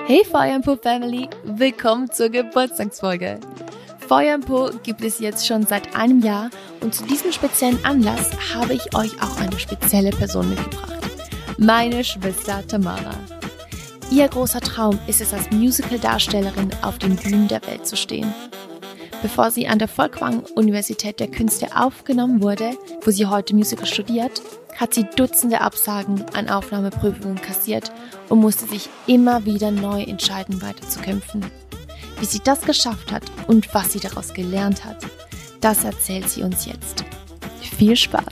Hey Feuer & Po Family, willkommen zur Geburtstagsfolge. Feuer & Po gibt es jetzt schon seit einem Jahr und zu diesem speziellen Anlass habe ich euch auch eine spezielle Person mitgebracht. Meine Schwester Tamara. Ihr großer Traum ist es, als Musical-Darstellerin auf den Bühnen der Welt zu stehen. Bevor sie an der Folkwang-Universität der Künste aufgenommen wurde, wo sie heute Musical studiert, hat sie Dutzende Absagen an Aufnahmeprüfungen kassiert und musste sich immer wieder neu entscheiden, weiterzukämpfen. Wie sie das geschafft hat und was sie daraus gelernt hat, das erzählt sie uns jetzt. Viel Spaß!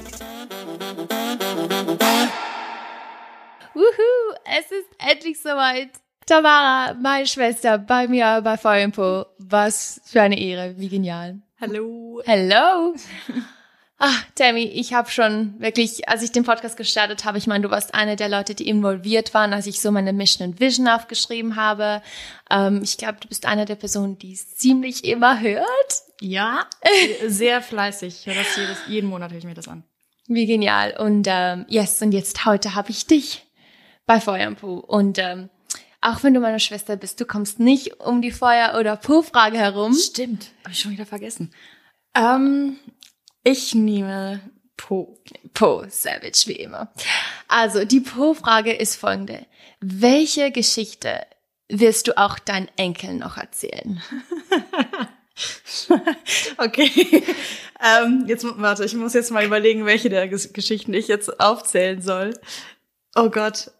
Wuhu, es ist endlich soweit. Tamara, meine Schwester, bei mir bei Feuer & Po. Was für eine Ehre, wie genial. Hallo. Hello. Tammy, ich habe schon wirklich, als ich den Podcast gestartet habe, ich meine, du warst eine der Leute, die involviert waren, als ich so meine Mission and Vision aufgeschrieben habe. Ich glaube, du bist eine der Personen, die es ziemlich immer hört. Ja, sehr fleißig. Ich höre das jeden Monat höre ich mir das an. Wie genial. Und und jetzt heute habe ich dich bei Feuer & Po. Und auch wenn du meine Schwester bist, du kommst nicht um die Feuer- oder Po-Frage herum. Stimmt, habe ich schon wieder vergessen. Ich nehme Po. Po, Savage, wie immer. Also, die Po-Frage ist folgende. Welche Geschichte wirst du auch deinen Enkeln noch erzählen? Okay. Warte, ich muss jetzt mal überlegen, welche der Geschichten ich jetzt aufzählen soll. Oh Gott.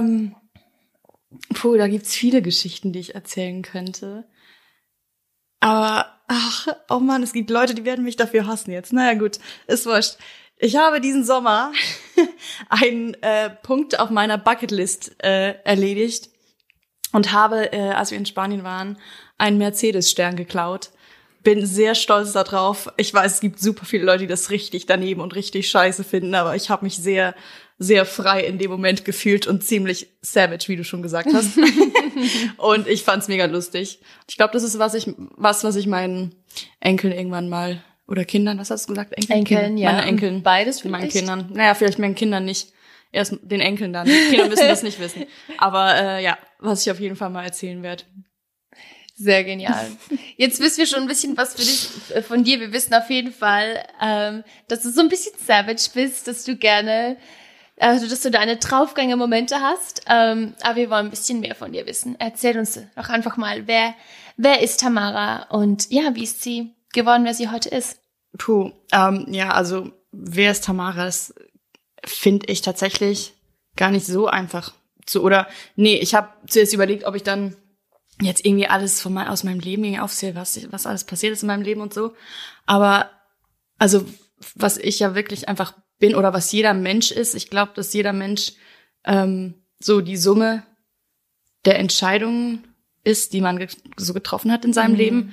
Da gibt's viele Geschichten, die ich erzählen könnte. Aber, oh Mann, es gibt Leute, die werden mich dafür hassen jetzt. Naja, gut, ist wurscht. Ich habe diesen Sommer einen Punkt auf meiner Bucketlist erledigt und habe, als wir in Spanien waren, einen Mercedes-Stern geklaut. Bin sehr stolz darauf. Ich weiß, es gibt super viele Leute, die das richtig daneben und richtig scheiße finden, aber ich habe mich sehr, sehr frei in dem Moment gefühlt und ziemlich savage, wie du schon gesagt hast. Und ich fand's mega lustig. Ich glaube, das ist was ich meinen Enkeln irgendwann mal, oder Kindern, was hast du gesagt? Enkeln, ja. Meine Enkeln. Beides vielleicht? Meinen vielleicht? Kindern. Naja, vielleicht meinen Kindern nicht. Erst den Enkeln dann. Die Kinder müssen das nicht wissen. Aber was ich auf jeden Fall mal erzählen werde. Sehr genial. Jetzt wissen wir schon ein bisschen was von dir. Wir wissen auf jeden Fall, dass du so ein bisschen savage bist, dass du gerne, dass du deine Draufgänger-Momente hast. Aber wir wollen ein bisschen mehr von dir wissen. Erzähl uns doch einfach mal, wer ist Tamara und ja, wie ist sie geworden, wer sie heute ist? Also wer ist Tamara? Das finde ich tatsächlich gar nicht so einfach. Ich habe zuerst überlegt, ob ich dann jetzt irgendwie alles aus meinem Leben aufzähle, was alles passiert ist in meinem Leben und so. Aber also was ich ja wirklich einfach bin oder was jeder Mensch ist, ich glaube, dass jeder Mensch so die Summe der Entscheidungen ist, die man so getroffen hat in seinem Leben.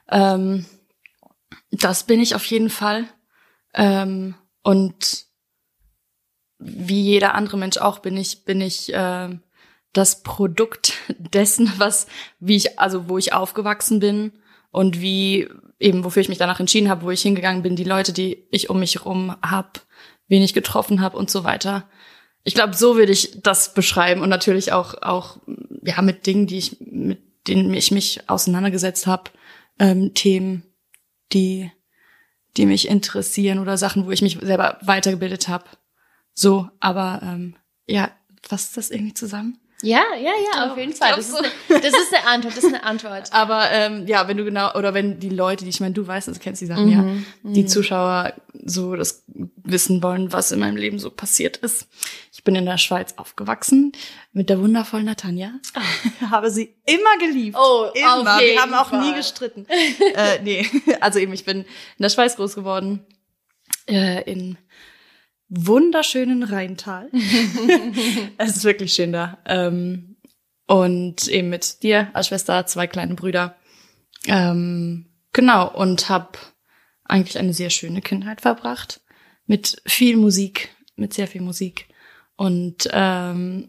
Das bin ich auf jeden Fall. Und wie jeder andere Mensch auch bin ich das Produkt dessen, wo ich aufgewachsen bin und wofür ich mich danach entschieden habe, wo ich hingegangen bin, die Leute, die ich um mich herum habe, wen ich getroffen habe und so weiter. Ich glaube, so würde ich das beschreiben und natürlich auch mit Dingen, mit denen ich mich auseinandergesetzt habe, Themen, die mich interessieren oder Sachen, wo ich mich selber weitergebildet habe. So, aber fasst das irgendwie zusammen? Ja, auf jeden Fall. Das ist eine Antwort. Aber wenn die Leute, du weißt, du kennst die Sachen, die Zuschauer so das wissen wollen, was in meinem Leben so passiert ist. Ich bin in der Schweiz aufgewachsen mit der wundervollen Natanja. Habe sie immer geliebt. Oh, immer. Wir haben auch Fall. nie gestritten. Ich bin in der Schweiz groß geworden, in wunderschönen Rheintal. Es ist wirklich schön da. Und eben mit dir als Schwester, 2 kleine Brüder. Und habe eigentlich eine sehr schöne Kindheit verbracht. Mit viel Musik, mit sehr viel Musik. Und habe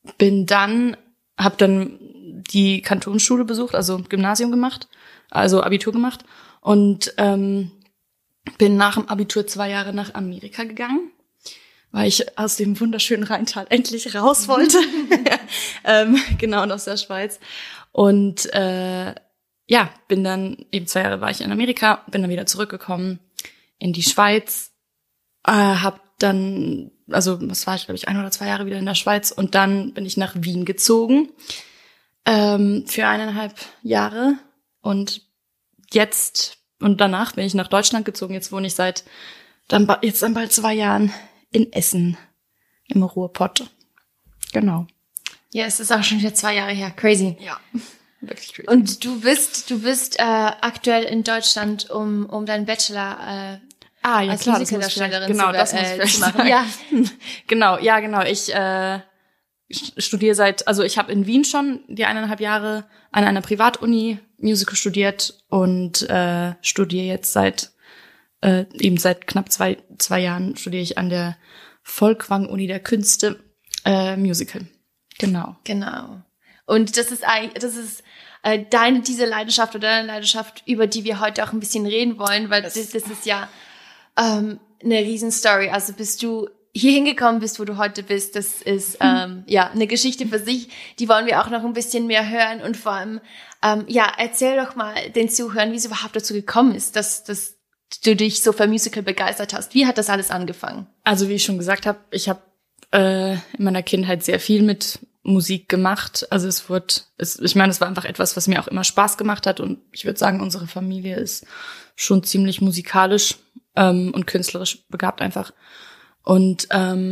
dann die Kantonsschule besucht, also Gymnasium gemacht, also Abitur gemacht. Und bin nach dem Abitur 2 Jahre nach Amerika gegangen. weil ich aus dem wunderschönen Rheintal endlich raus wollte. Genau, und aus der Schweiz. Und bin dann, eben 2 Jahre war ich in Amerika, bin dann wieder zurückgekommen in die Schweiz, hab dann, also was war ich, glaube ich, 1 oder 2 Jahre wieder in der Schweiz und dann bin ich nach Wien gezogen für 1,5 Jahre und danach bin ich nach Deutschland gezogen. Jetzt wohne ich seit dann bald 2 Jahren in Essen im Ruhrpott. Genau. Ja, es ist auch schon wieder 2 Jahre her. Crazy. Ja, wirklich crazy. Und du bist aktuell in Deutschland, um deinen Bachelor als Musikerdarstellerin zu machen. Ja. Genau. Ich studiere ich habe in Wien schon die 1,5 Jahre an einer Privatuni Musical studiert und studiere jetzt seit knapp zwei Jahren studiere ich an der Folkwang-Uni der Künste Musical. Genau. Und das ist diese Leidenschaft oder deine Leidenschaft, über die wir heute auch ein bisschen reden wollen, weil das ist ja eine Riesenstory. Also bis du hier hingekommen bist, wo du heute bist, das ist eine Geschichte für sich. Die wollen wir auch noch ein bisschen mehr hören und vor allem erzähl doch mal den Zuhörern, wie es überhaupt dazu gekommen ist, dass du dich so für Musical begeistert hast. Wie hat das alles angefangen? Also wie ich schon gesagt habe, ich habe in meiner Kindheit sehr viel mit Musik gemacht. Also es war einfach etwas, was mir auch immer Spaß gemacht hat und ich würde sagen, unsere Familie ist schon ziemlich musikalisch und künstlerisch begabt einfach. Und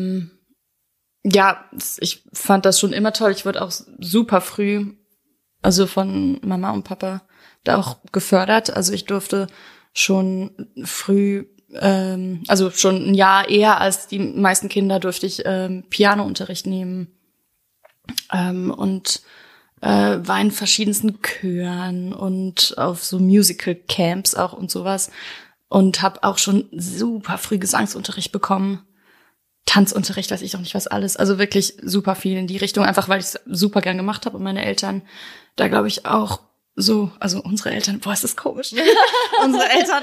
ich fand das schon immer toll. Ich wurde auch super früh, also von Mama und Papa, da auch gefördert. Also ich durfte schon früh, also schon ein Jahr eher als die meisten Kinder, durfte ich Pianounterricht nehmen und war in verschiedensten Chören und auf so Musical-Camps auch und sowas und habe auch schon super früh Gesangsunterricht bekommen. Tanzunterricht, weiß ich auch nicht was alles. Also wirklich super viel in die Richtung, einfach weil ich es super gern gemacht habe und meine Eltern da, glaube ich, auch so, also unsere Eltern, ist das komisch. Unsere Eltern,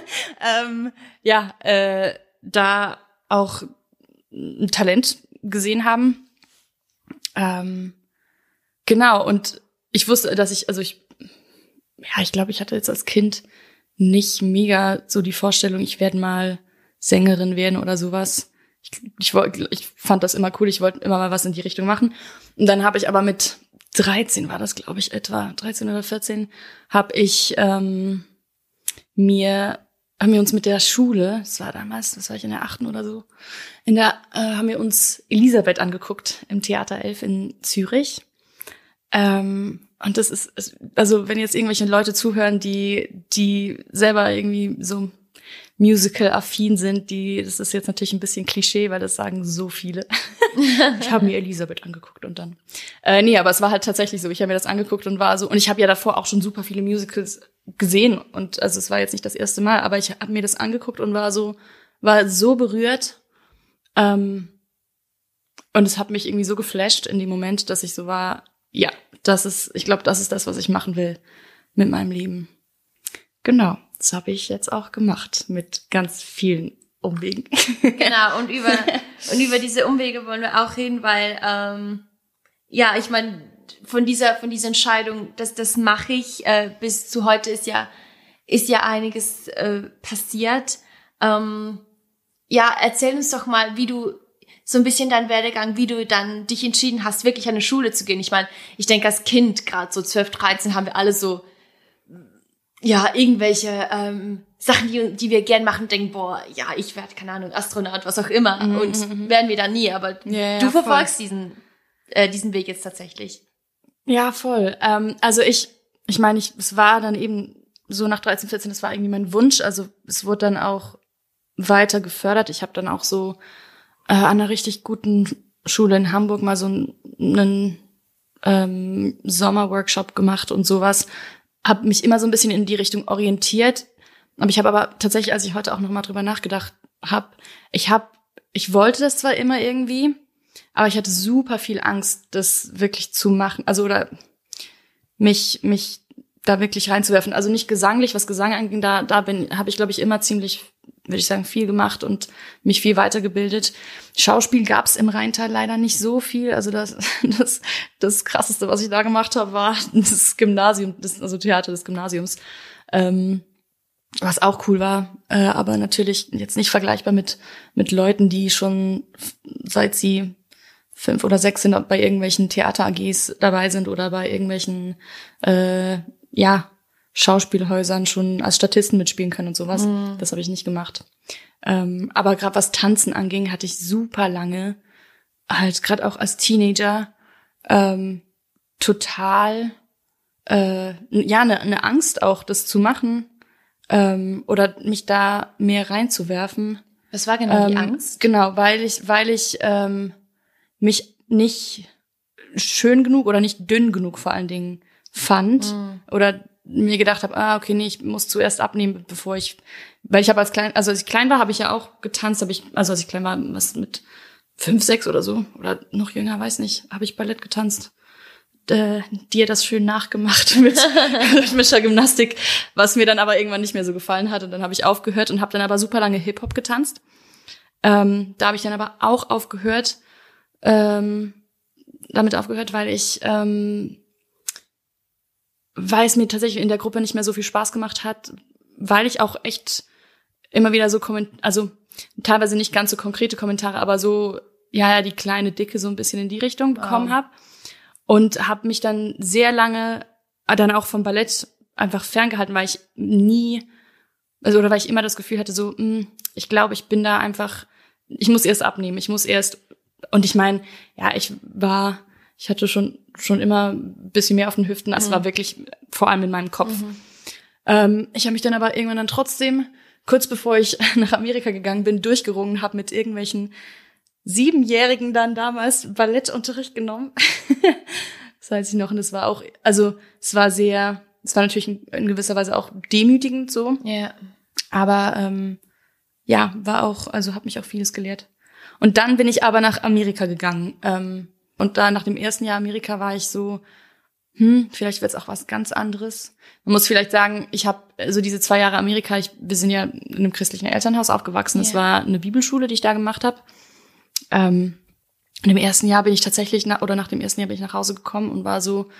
da auch ein Talent gesehen haben. Genau, und ich wusste, dass ich glaube, ich hatte jetzt als Kind nicht mega so die Vorstellung, ich werde mal Sängerin werden oder sowas. Ich fand das immer cool, ich wollte immer mal was in die Richtung machen. Und dann habe ich aber mit 13 war das, glaube ich, etwa 13 oder 14, haben wir uns mit der Schule, das war ich in der 8. oder so, haben wir uns Elisabeth angeguckt im Theater 11 in Zürich. Und das ist, also wenn jetzt irgendwelche Leute zuhören, die selber irgendwie so Musical-affin sind, das ist jetzt natürlich ein bisschen Klischee, weil das sagen so viele. Ich habe mir Elisabeth angeguckt und dann. Aber es war halt tatsächlich so. Ich habe mir das angeguckt und war so, und ich habe ja davor auch schon super viele Musicals gesehen und also es war jetzt nicht das erste Mal, aber ich habe mir das angeguckt und war so berührt. Und es hat mich irgendwie so geflasht in dem Moment, dass ich so war, ja, ich glaube, das ist das, was ich machen will mit meinem Leben. Genau. Das habe ich jetzt auch gemacht mit ganz vielen Umwegen. Genau, und über diese Umwege wollen wir auch reden, weil ich meine, von dieser Entscheidung, das mache ich bis zu heute ist ja einiges passiert. Erzähl uns doch mal, wie du so ein bisschen dein Werdegang, wie du dann dich entschieden hast, wirklich an eine Schule zu gehen. Ich meine, ich denke, als Kind, gerade so 12, 13, haben wir alle so irgendwelche Sachen, die wir gern machen, denken, ich werde, keine Ahnung, Astronaut, was auch immer. Und werden wir da nie. Aber du verfolgst diesen Weg jetzt tatsächlich. Ja, voll. Also ich meine, es war dann eben so nach 13, 14, das war irgendwie mein Wunsch. Also es wurde dann auch weiter gefördert. Ich habe dann auch so an einer richtig guten Schule in Hamburg mal so einen Sommerworkshop gemacht und sowas. Habe mich immer so ein bisschen in die Richtung orientiert. Aber ich habe aber tatsächlich, als ich heute auch noch mal drüber nachgedacht habe, ich wollte das zwar immer irgendwie, aber ich hatte super viel Angst, das wirklich zu machen. Also oder mich da wirklich reinzuwerfen. Also nicht gesanglich, was Gesang angeht, habe ich, glaube ich, immer ziemlich würde ich sagen, viel gemacht und mich viel weitergebildet. Schauspiel gab es im Rheintal leider nicht so viel. Also das Krasseste, was ich da gemacht habe, war das Gymnasium, also Theater des Gymnasiums. Was auch cool war, aber natürlich jetzt nicht vergleichbar mit Leuten, die schon seit sie 5 oder 6 sind, bei irgendwelchen Theater-AGs dabei sind oder bei irgendwelchen Schauspielhäusern schon als Statisten mitspielen können und sowas. Das habe ich nicht gemacht. Aber gerade was Tanzen anging, hatte ich super lange, halt gerade auch als Teenager, total eine Angst auch, das zu machen. Oder mich da mehr reinzuwerfen. Was war genau die Angst? Genau, weil ich mich nicht schön genug oder nicht dünn genug vor allen Dingen fand. Oder mir gedacht habe, okay, nee, ich muss zuerst abnehmen, weil ich habe als ich klein war, habe ich ja auch getanzt, als ich klein war, was mit 5, 6 oder so, oder noch jünger, weiß nicht, habe ich Ballett getanzt. Dir das schön nachgemacht mit rhythmischer Gymnastik, was mir dann aber irgendwann nicht mehr so gefallen hat. Und dann habe ich aufgehört und habe dann aber super lange Hip-Hop getanzt. Da habe ich dann aber auch aufgehört, weil es mir tatsächlich in der Gruppe nicht mehr so viel Spaß gemacht hat, weil ich auch echt immer wieder so also teilweise nicht ganz so konkrete Kommentare, aber so, die kleine Dicke so ein bisschen in die Richtung bekommen habe. Und habe mich dann sehr lange dann auch vom Ballett einfach ferngehalten, weil ich weil ich immer das Gefühl hatte, so, ich glaube, ich bin da einfach, ich muss erst abnehmen, und ich meine, ich hatte schon immer ein bisschen mehr auf den Hüften, es war wirklich vor allem in meinem Kopf. Ich habe mich dann aber irgendwann dann trotzdem, kurz bevor ich nach Amerika gegangen bin, durchgerungen, habe mit irgendwelchen 7-Jährigen dann damals Ballettunterricht genommen. Das weiß ich noch. Und es war auch, also es war natürlich in gewisser Weise auch demütigend so. Ja. Yeah. Aber war auch, also habe mich auch vieles gelehrt. Und dann bin ich aber nach Amerika gegangen. Und da nach dem ersten Jahr Amerika war ich so, vielleicht wird's auch was ganz anderes. Man muss vielleicht sagen, ich habe also diese 2 Jahre Amerika, wir sind ja in einem christlichen Elternhaus aufgewachsen. Es war eine Bibelschule, die ich da gemacht habe. In dem ersten Jahr bin ich tatsächlich, nach dem ersten Jahr bin ich nach Hause gekommen und war so,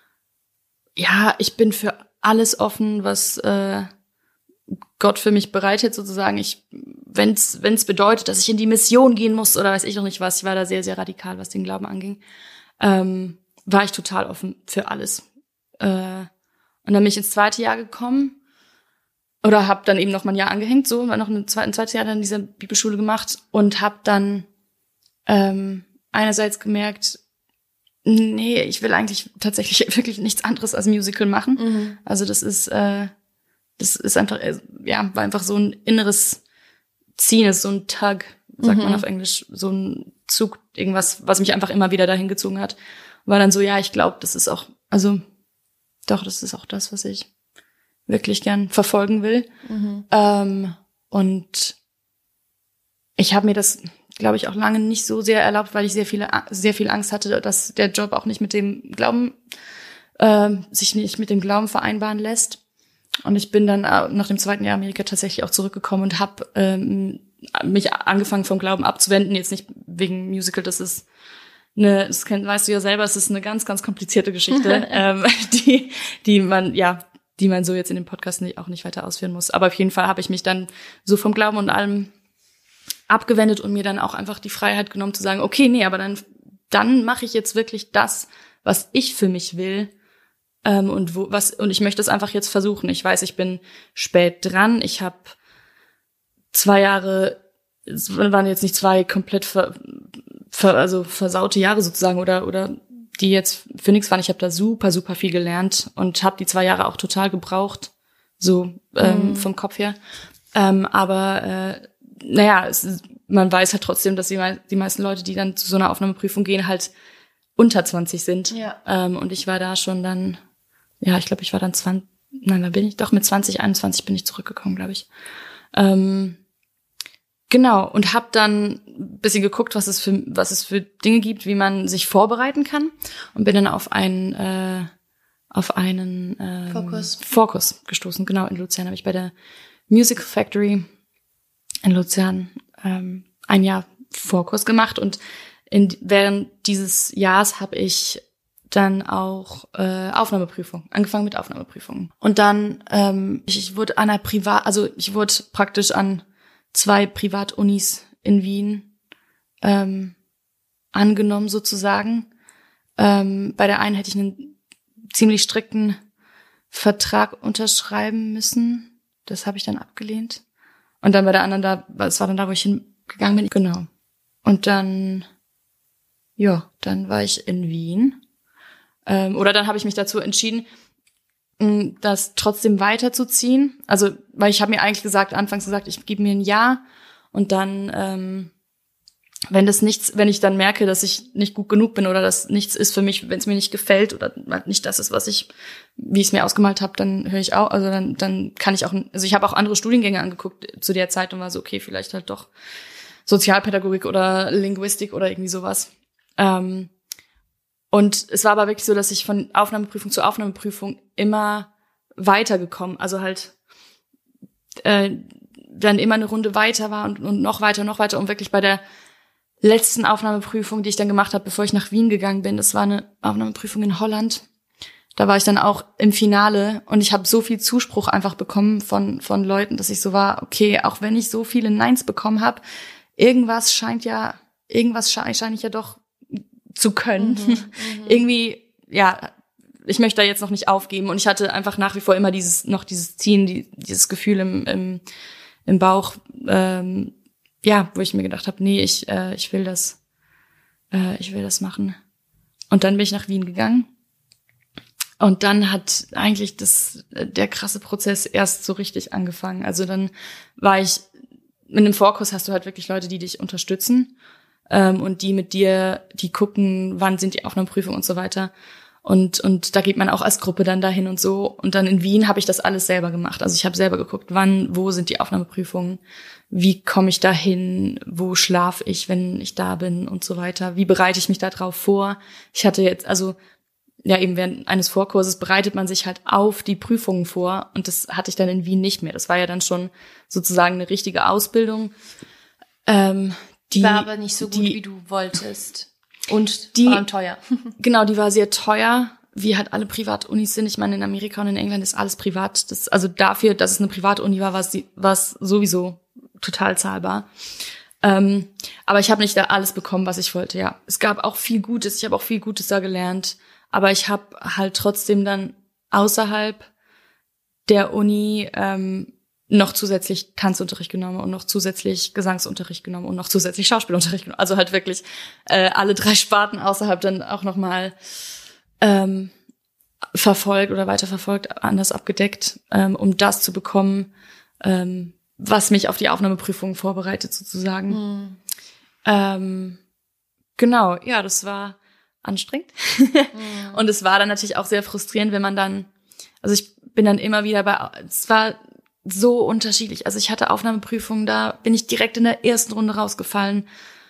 ich bin für alles offen, was Gott für mich bereitet, sozusagen. Wenn's bedeutet, dass ich in die Mission gehen muss oder weiß ich noch nicht was, ich war da sehr, sehr radikal, was den Glauben anging, war ich total offen für alles. Und dann bin ich ins 2. Jahr gekommen oder habe dann eben noch mal ein Jahr angehängt, so, war noch ein zweites Jahr dann in dieser Bibelschule gemacht und habe dann einerseits gemerkt, nee, ich will eigentlich tatsächlich wirklich nichts anderes als Musical machen. Also das ist einfach, war einfach so ein inneres Ziehen, ist so ein Tug, sagt man auf Englisch, so ein Zug, irgendwas, was mich einfach immer wieder dahin gezogen hat. War dann so, ich glaube, das ist auch, das ist auch das, was ich wirklich gern verfolgen will. Und ich habe mir das, glaube ich, auch lange nicht so sehr erlaubt, weil ich sehr viel Angst hatte, dass der Job auch nicht mit dem Glauben, sich nicht mit dem Glauben vereinbaren lässt. Und ich bin dann nach dem 2. Jahr Amerika tatsächlich auch zurückgekommen und habe mich angefangen vom Glauben abzuwenden. Jetzt nicht wegen Musical, weißt du ja selber, es ist eine ganz, ganz komplizierte Geschichte, die man so jetzt in dem Podcast auch nicht weiter ausführen muss. Aber auf jeden Fall habe ich mich dann so vom Glauben und allem abgewendet und mir dann auch einfach die Freiheit genommen zu sagen, okay, nee, aber dann mache ich jetzt wirklich das, was ich für mich will, und ich möchte es einfach jetzt versuchen. Ich weiß, ich bin spät dran. Ich habe 2 Jahre, es waren jetzt nicht 2 komplett versaute Jahre sozusagen oder die jetzt für nichts waren. Ich habe da super, super viel gelernt und habe die 2 Jahre auch total gebraucht, so vom Kopf her. Aber man weiß halt trotzdem, dass die meisten Leute, die dann zu so einer Aufnahmeprüfung gehen, halt unter 20 sind. Ja. Und ich war da schon dann, ich glaube, ich war dann mit 20, 21 bin ich zurückgekommen, glaube ich. Genau, und habe dann ein bisschen geguckt, was es für Dinge gibt, wie man sich vorbereiten kann, und bin dann auf einen Fokus gestoßen. Genau, in Luzern habe ich bei der Musical Factory in Luzern ein Jahr Vorkurs gemacht und während dieses Jahres habe ich dann auch angefangen mit Aufnahmeprüfungen. Und dann, ich wurde praktisch an 2 Privatunis in Wien angenommen sozusagen. Bei der einen hätte ich einen ziemlich strikten Vertrag unterschreiben müssen. Das habe ich dann abgelehnt. Und dann bei der anderen, es war dann da, wo ich hingegangen bin. Genau. Und dann war ich in Wien. Oder dann habe ich mich dazu entschieden, das trotzdem weiterzuziehen. Also, weil ich habe mir eigentlich anfangs gesagt, ich gebe mir ein Jahr und dann, wenn ich dann merke, dass ich nicht gut genug bin oder dass nichts ist für mich, wenn es mir nicht gefällt oder nicht das ist, wie ich es mir ausgemalt habe, dann höre ich auch, also dann kann ich auch, also ich habe auch andere Studiengänge angeguckt zu der Zeit und war so, okay, vielleicht halt doch Sozialpädagogik oder Linguistik oder irgendwie sowas. Und es war aber wirklich so, dass ich von Aufnahmeprüfung zu Aufnahmeprüfung immer weitergekommen, also halt dann immer eine Runde weiter war und noch weiter, und wirklich bei der letzten Aufnahmeprüfung, die ich dann gemacht habe, bevor ich nach Wien gegangen bin, das war eine Aufnahmeprüfung in Holland. Da war ich dann auch im Finale und ich habe so viel Zuspruch einfach bekommen von Leuten, dass ich so war, okay, auch wenn ich so viele Neins bekommen habe, irgendwas scheine ich ja doch zu können. Irgendwie, ja, ich möchte da jetzt noch nicht aufgeben und ich hatte einfach nach wie vor immer dieses Ziehen, dieses Gefühl im Bauch, wo ich mir gedacht habe, nee, ich will das machen. Und dann bin ich nach Wien gegangen. Und dann hat eigentlich der krasse Prozess erst so richtig angefangen. Also dann war ich, in einem Vorkurs hast du halt wirklich Leute, die dich unterstützen, und die mit dir, die gucken, wann sind die Aufnahmeprüfungen und so weiter. Und da geht man auch als Gruppe dann dahin und so. Und dann in Wien habe ich das alles selber gemacht. Also ich habe selber geguckt, wo sind die Aufnahmeprüfungen, wie komme ich da hin, wo schlafe ich, wenn ich da bin und so weiter. Wie bereite ich mich da drauf vor? Ich hatte jetzt, also ja, eben während eines Vorkurses bereitet man sich halt auf die Prüfungen vor. Und das hatte ich dann in Wien nicht mehr. Das war ja dann schon sozusagen eine richtige Ausbildung. Die war aber nicht so gut, wie du wolltest. Und vor allem teuer. Genau, die war sehr teuer, wie halt alle Privatunis sind. Ich meine, in Amerika und in England ist alles privat. Also dafür, dass es eine Privatuni war, war es sowieso total zahlbar. Aber ich habe nicht da alles bekommen, was ich wollte, ja. Es gab auch viel Gutes, ich habe auch viel Gutes da gelernt. Aber ich habe halt trotzdem dann außerhalb der Uni noch zusätzlich Tanzunterricht genommen und noch zusätzlich Gesangsunterricht genommen und noch zusätzlich Schauspielunterricht genommen. Also halt wirklich alle 3 Sparten außerhalb dann auch nochmal verfolgt oder weiterverfolgt, anders abgedeckt, um das zu bekommen, was mich auf die Aufnahmeprüfung vorbereitet sozusagen. Genau, ja, das war anstrengend. Und es war dann natürlich auch sehr frustrierend, wenn man dann, also ich bin dann immer wieder es war so unterschiedlich. Also ich hatte Aufnahmeprüfungen, da bin ich direkt in der ersten Runde rausgefallen.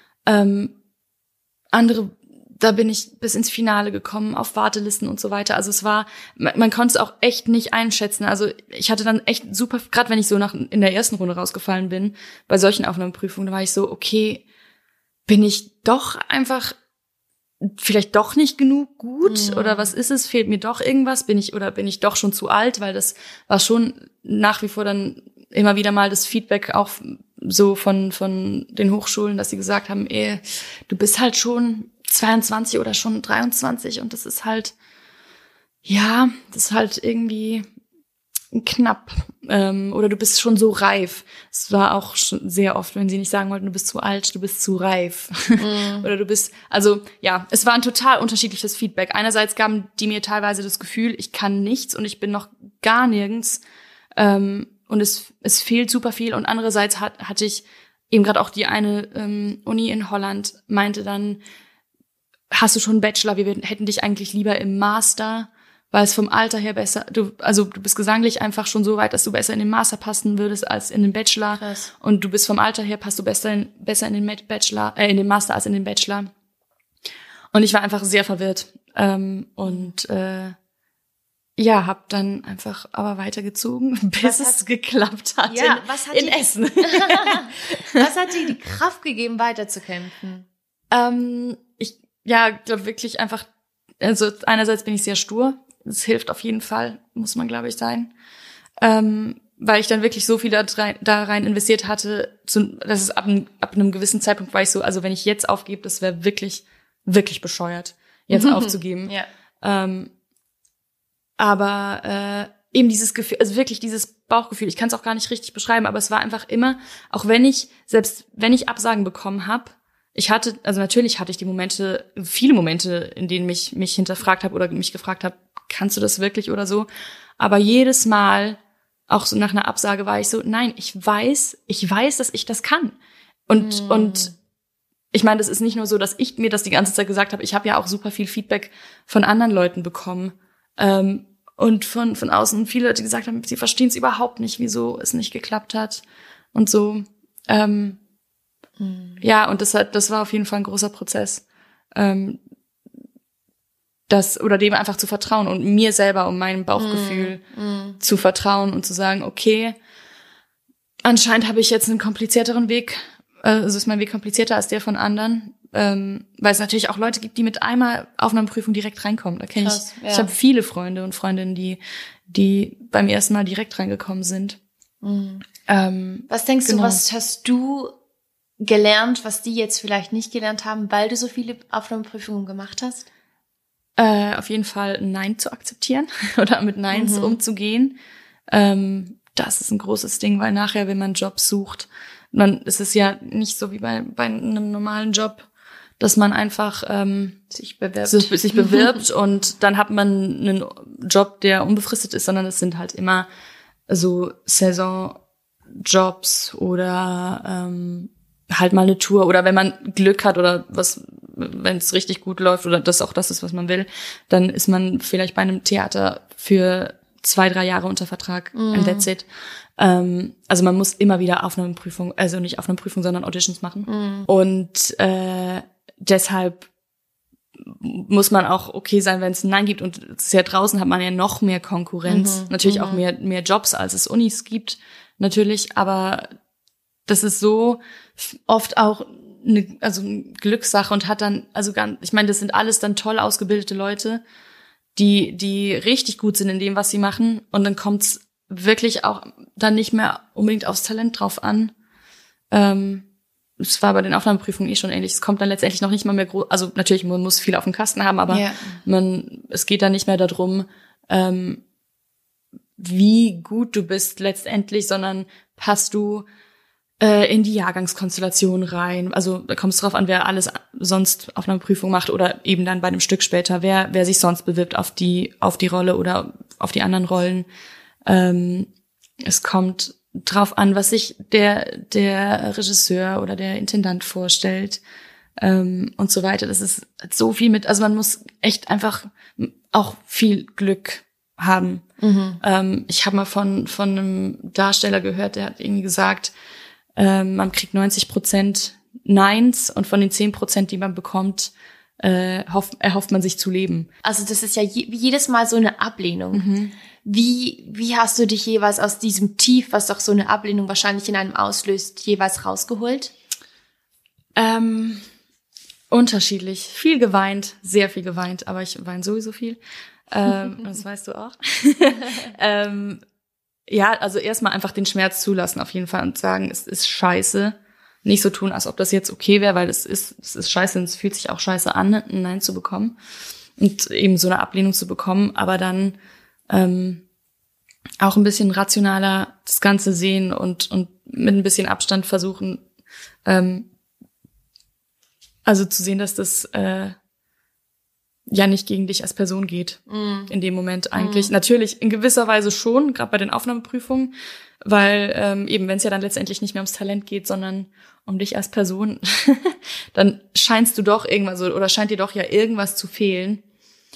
Andere, da bin ich bis ins Finale gekommen, auf Wartelisten und so weiter. Also es war, man konnte es auch echt nicht einschätzen. Also ich hatte dann echt super, gerade wenn ich so in der ersten Runde rausgefallen bin, bei solchen Aufnahmeprüfungen, da war ich so, okay, bin ich doch einfach vielleicht doch nicht genug gut oder was ist es? Fehlt mir doch irgendwas? Bin ich doch schon zu alt? Weil das war schon nach wie vor dann immer wieder mal das Feedback auch so von den Hochschulen, dass sie gesagt haben, du bist halt schon 22 oder schon 23 und das ist halt, ja, das ist halt irgendwie knapp. Oder du bist schon so reif. Es war auch schon sehr oft, wenn sie nicht sagen wollten, du bist zu alt, du bist zu reif. Oder du bist, also ja, es war ein total unterschiedliches Feedback. Einerseits gaben die mir teilweise das Gefühl, ich kann nichts und ich bin noch gar nirgends. Und es fehlt super viel. Und andererseits hatte ich eben gerade auch die eine Uni in Holland, meinte dann, hast du schon einen Bachelor? Wir hätten dich eigentlich lieber im Master, weil es vom Alter her besser, du bist gesanglich einfach schon so weit, dass du besser in den Master passen würdest als in den Bachelor. Krass. Und du bist vom Alter her, passt du besser in den Bachelor, in den Master als in den Bachelor. Und ich war einfach sehr verwirrt. Ja, ja, habe dann einfach aber weitergezogen, bis es geklappt hat, in Essen. Was hat dir die Kraft gegeben, weiterzukämpfen? Ich glaube wirklich einfach, also einerseits bin ich sehr stur. Das hilft auf jeden Fall, muss man, glaube ich, sein. Weil ich dann wirklich so viel da rein investiert hatte, dass es ab einem gewissen Zeitpunkt war ich so, also wenn ich jetzt aufgebe, das wäre wirklich, wirklich bescheuert, jetzt aufzugeben. Ja. Aber eben dieses Gefühl, also wirklich dieses Bauchgefühl, ich kann es auch gar nicht richtig beschreiben, aber es war einfach immer, auch selbst wenn ich Absagen bekommen habe, natürlich hatte ich viele Momente, in denen mich hinterfragt habe oder mich gefragt habe, kannst du das wirklich oder so? Aber jedes Mal, auch so nach einer Absage, war ich so, nein, ich weiß, dass ich das kann. Und ich meine, das ist nicht nur so, dass ich mir das die ganze Zeit gesagt habe, ich habe ja auch super viel Feedback von anderen Leuten bekommen. Und von außen viele Leute gesagt haben, sie verstehen es überhaupt nicht, wieso es nicht geklappt hat. Und so, ja, und das war auf jeden Fall ein großer Prozess. Dem einfach zu vertrauen und mir selber und meinem Bauchgefühl zu vertrauen und zu sagen, okay, anscheinend habe ich jetzt einen komplizierteren Weg, also ist mein Weg komplizierter als der von anderen, weil es natürlich auch Leute gibt, die mit einmal Aufnahmeprüfung direkt reinkommen. Da kenne ich, ich habe viele Freunde und Freundinnen, die beim ersten Mal direkt reingekommen sind. Was denkst du, was hast du gelernt, was die jetzt vielleicht nicht gelernt haben, weil du so viele Aufnahmeprüfungen gemacht hast? Auf jeden Fall Nein zu akzeptieren oder mit Neins umzugehen. Das ist ein großes Ding, weil nachher, wenn man Jobs sucht, dann ist es ja nicht so wie bei einem normalen Job, dass man einfach sich bewirbt und dann hat man einen Job, der unbefristet ist, sondern es sind halt immer so Saisonjobs oder halt mal eine Tour oder wenn man Glück hat oder wenn es richtig gut läuft oder das ist, was man will, dann ist man vielleicht bei einem Theater für 2-3 Jahre unter Vertrag and that's it. Also man muss immer wieder Aufnahmeprüfung, also nicht Aufnahmeprüfung, sondern Auditions machen. Und deshalb muss man auch okay sein, wenn es ein Nein gibt. Und es ist ja draußen, hat man ja noch mehr Konkurrenz. Natürlich auch mehr Jobs, als es Unis gibt, natürlich. Aber das ist so oft auch eine Glückssache und hat dann, ich meine, das sind alles dann toll ausgebildete Leute, die richtig gut sind in dem, was sie machen. Und dann kommt's wirklich auch dann nicht mehr unbedingt aufs Talent drauf an. Es war bei den Aufnahmeprüfungen schon ähnlich. Es kommt dann letztendlich noch nicht mal mehr groß, also natürlich, man muss viel auf dem Kasten haben, aber es geht dann nicht mehr darum, wie gut du bist letztendlich, sondern passt du in die Jahrgangskonstellation rein. Also da kommt es drauf an, wer alles sonst auf einer Prüfung macht oder eben dann bei einem Stück später, wer sich sonst bewirbt auf die Rolle oder auf die anderen Rollen. Es kommt drauf an, was sich der Regisseur oder der Intendant vorstellt und so weiter. Das ist so viel also man muss echt einfach auch viel Glück haben. Ich habe mal von einem Darsteller gehört, der hat irgendwie gesagt, man kriegt 90% Neins und von den 10%, die man bekommt, erhofft man sich zu leben. Also das ist ja jedes Mal so eine Ablehnung. Wie hast du dich jeweils aus diesem Tief, was doch so eine Ablehnung wahrscheinlich in einem auslöst, jeweils rausgeholt? Unterschiedlich. Viel geweint, sehr viel geweint, aber ich weine sowieso viel. Das weißt du auch. Ja, also erstmal einfach den Schmerz zulassen auf jeden Fall und sagen, es ist scheiße. Nicht so tun, als ob das jetzt okay wäre, weil es ist scheiße und es fühlt sich auch scheiße an, ein Nein zu bekommen und eben so eine Ablehnung zu bekommen, aber dann auch ein bisschen rationaler das Ganze sehen und mit ein bisschen Abstand versuchen, also zu sehen, dass das ja nicht gegen dich als Person geht in dem Moment eigentlich. Natürlich in gewisser Weise schon, gerade bei den Aufnahmeprüfungen, weil eben wenn es ja dann letztendlich nicht mehr ums Talent geht, sondern um dich als Person, dann scheinst du doch irgendwas oder scheint dir doch ja irgendwas zu fehlen.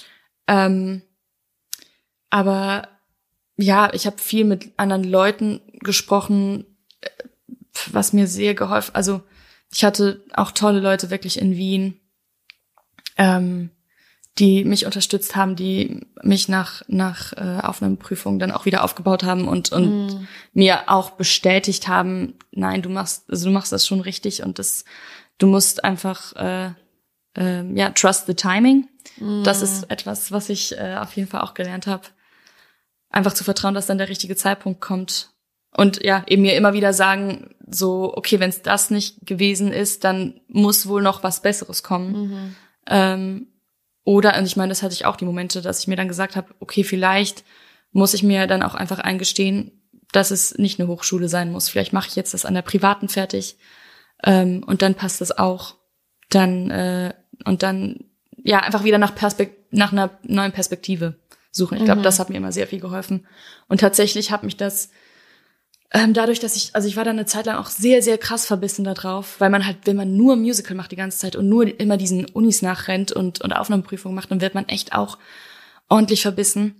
Aber ja, ich habe viel mit anderen Leuten gesprochen, was mir sehr geholfen. Also ich hatte auch tolle Leute wirklich in Wien, die mich unterstützt haben, die mich nach Aufnahmeprüfung dann auch wieder aufgebaut haben und mir auch bestätigt haben, nein, du machst das schon richtig und du musst einfach trust the timing. Das ist etwas, was ich auf jeden Fall auch gelernt habe. Einfach zu vertrauen, dass dann der richtige Zeitpunkt kommt. Und ja, eben mir immer wieder sagen, so, okay, wenn es das nicht gewesen ist, dann muss wohl noch was Besseres kommen. Und ich meine, das hatte ich auch die Momente, dass ich mir dann gesagt habe, okay, vielleicht muss ich mir dann auch einfach eingestehen, dass es nicht eine Hochschule sein muss. Vielleicht mache ich jetzt das an der privaten fertig und dann passt das auch. Und dann ja einfach wieder nach einer neuen Perspektive suchen. Ich glaube, das hat mir immer sehr viel geholfen. Und tatsächlich hat mich das dadurch, dass ich war dann eine Zeit lang auch sehr, sehr krass verbissen da drauf, weil man halt, wenn man nur Musical macht die ganze Zeit und nur immer diesen Unis nachrennt und Aufnahmeprüfungen macht, dann wird man echt auch ordentlich verbissen.